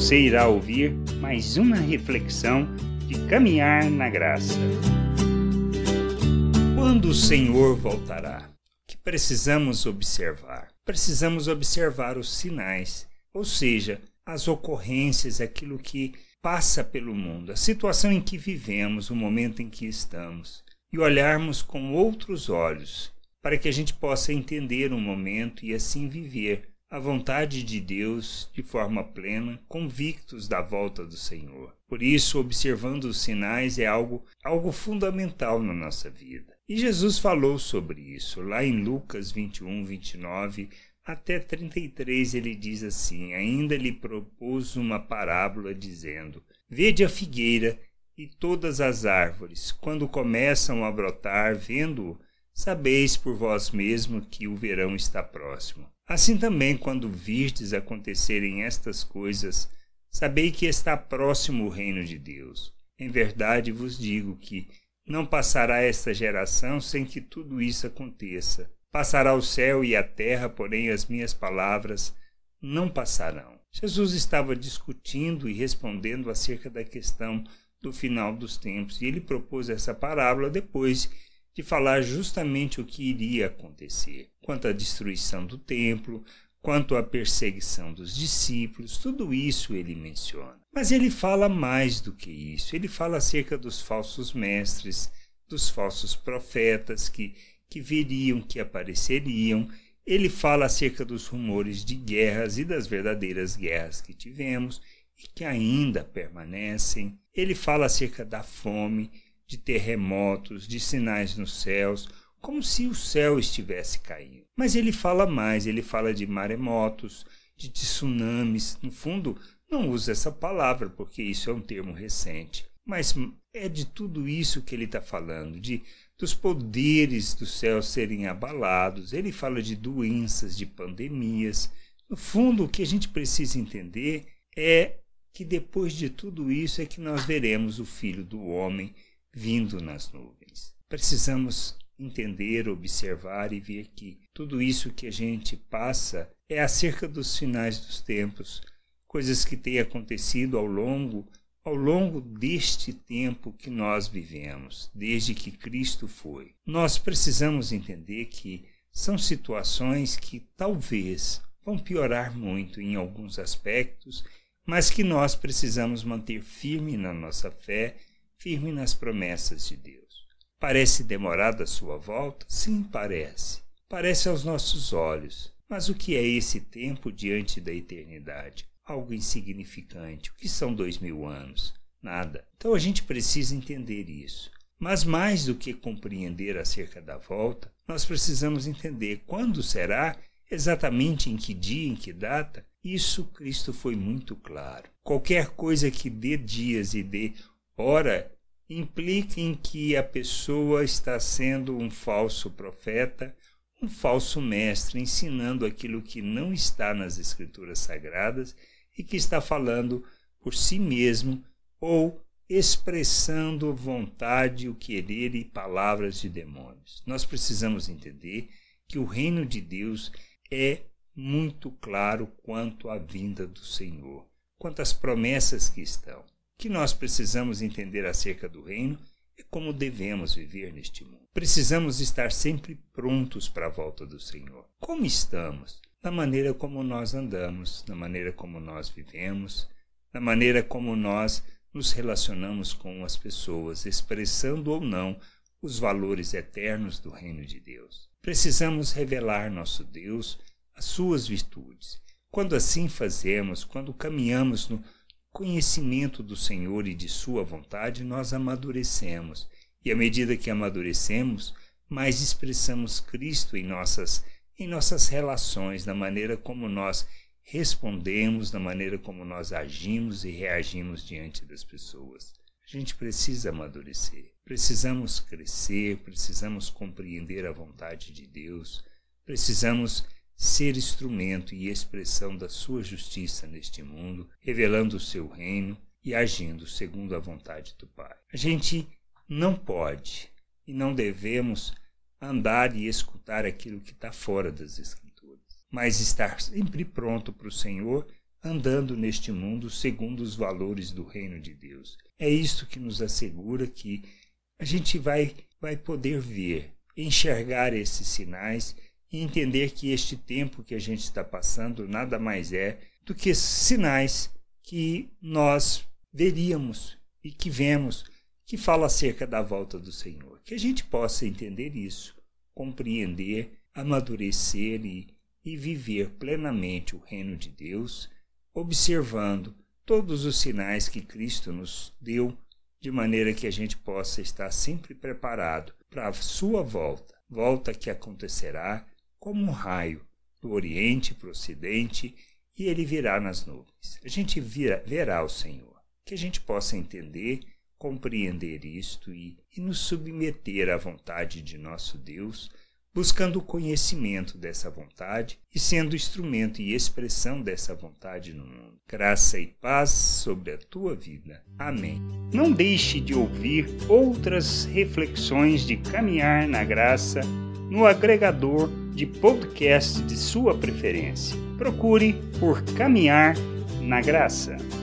Você irá ouvir mais uma reflexão de caminhar na graça. Quando o Senhor voltará? O que precisamos observar? Precisamos observar os sinais, ou seja, as ocorrências, aquilo que passa pelo mundo, a situação em que vivemos, o momento em que estamos, e olharmos com outros olhos, para que a gente possa entender o momento e assim viver a vontade de Deus de forma plena, convictos da volta do Senhor. Por isso, observando os sinais é algo fundamental na nossa vida. E Jesus falou sobre isso, lá em Lucas 21, 29 até 33, ele diz assim: ainda lhe propôs uma parábola, dizendo: vede a figueira e todas as árvores, quando começam a brotar, vendo-o, sabeis por vós mesmo que o verão está próximo. Assim também, quando virdes acontecerem estas coisas, sabei que está próximo o reino de Deus. Em verdade vos digo que não passará esta geração sem que tudo isso aconteça. Passará o céu e a terra, porém as minhas palavras não passarão. Jesus estava discutindo e respondendo acerca da questão do final dos tempos, e ele propôs essa parábola depois de falar justamente o que iria acontecer, quanto à destruição do templo, quanto à perseguição dos discípulos, tudo isso ele menciona. Mas ele fala mais do que isso, ele fala acerca dos falsos mestres, dos falsos profetas que viriam, que apareceriam. Ele fala acerca dos rumores de guerras e das verdadeiras guerras que tivemos e que ainda permanecem. Ele fala acerca da fome, de terremotos, de sinais nos céus, como se o céu estivesse caindo. Mas ele fala mais, ele fala de maremotos, de tsunamis. No fundo, não usa essa palavra, porque isso é um termo recente. Mas é de tudo isso que ele está falando, dos poderes do céu serem abalados. Ele fala de doenças, de pandemias. No fundo, o que a gente precisa entender é que depois de tudo isso é que nós veremos o Filho do Homem vindo nas nuvens. Precisamos entender, observar e ver que tudo isso que a gente passa é acerca dos finais dos tempos, coisas que têm acontecido ao longo deste tempo que nós vivemos, desde que Cristo foi. Nós precisamos entender que são situações que talvez vão piorar muito em alguns aspectos, mas que nós precisamos manter firme na nossa fé, firme nas promessas de Deus. Parece demorada a sua volta? Sim, parece. Parece aos nossos olhos. Mas o que é esse tempo diante da eternidade? Algo insignificante. O que são 2000 anos? Nada. Então a gente precisa entender isso. Mas mais do que compreender acerca da volta, nós precisamos entender quando será, exatamente em que dia, em que data. Isso Cristo foi muito claro. Qualquer coisa que dê dias e dê hora implica em que a pessoa está sendo um falso profeta, um falso mestre, ensinando aquilo que não está nas Escrituras Sagradas e que está falando por si mesmo ou expressando vontade, o querer e palavras de demônios. Nós precisamos entender que o reino de Deus é muito claro quanto à vinda do Senhor, quanto às promessas que estão. O que nós precisamos entender acerca do reino é como devemos viver neste mundo. Precisamos estar sempre prontos para a volta do Senhor. Como estamos? Na maneira como nós andamos, na maneira como nós vivemos, na maneira como nós nos relacionamos com as pessoas, expressando ou não os valores eternos do reino de Deus. Precisamos revelar nosso Deus, as suas virtudes. Quando assim fazemos, quando caminhamos no conhecimento do Senhor e de sua vontade, nós amadurecemos. E à medida que amadurecemos, mais expressamos Cristo em nossas relações, na maneira como nós respondemos, na maneira como nós agimos e reagimos diante das pessoas. A gente precisa amadurecer, precisamos crescer, precisamos compreender a vontade de Deus, precisamos ser instrumento e expressão da sua justiça neste mundo, revelando o seu reino e agindo segundo a vontade do Pai. A gente não pode e não devemos andar e escutar aquilo que está fora das Escrituras, mas estar sempre pronto para o Senhor andando neste mundo segundo os valores do reino de Deus. É isto que nos assegura que a gente vai poder ver, enxergar esses sinais e entender que este tempo que a gente está passando nada mais é do que sinais que nós veríamos e que vemos, que fala acerca da volta do Senhor. Que a gente possa entender isso, compreender, amadurecer e viver plenamente o reino de Deus, observando todos os sinais que Cristo nos deu, de maneira que a gente possa estar sempre preparado para a sua volta que acontecerá como um raio do Oriente para o Ocidente, e ele virá nas nuvens. A gente verá o Senhor. Que a gente possa entender, compreender isto e nos submeter à vontade de nosso Deus, buscando o conhecimento dessa vontade e sendo instrumento e expressão dessa vontade no mundo. Graça e paz sobre a tua vida. Amém. Não deixe de ouvir outras reflexões de Caminhar na Graça no agregador de podcast de sua preferência. Procure por Caminhar na Graça.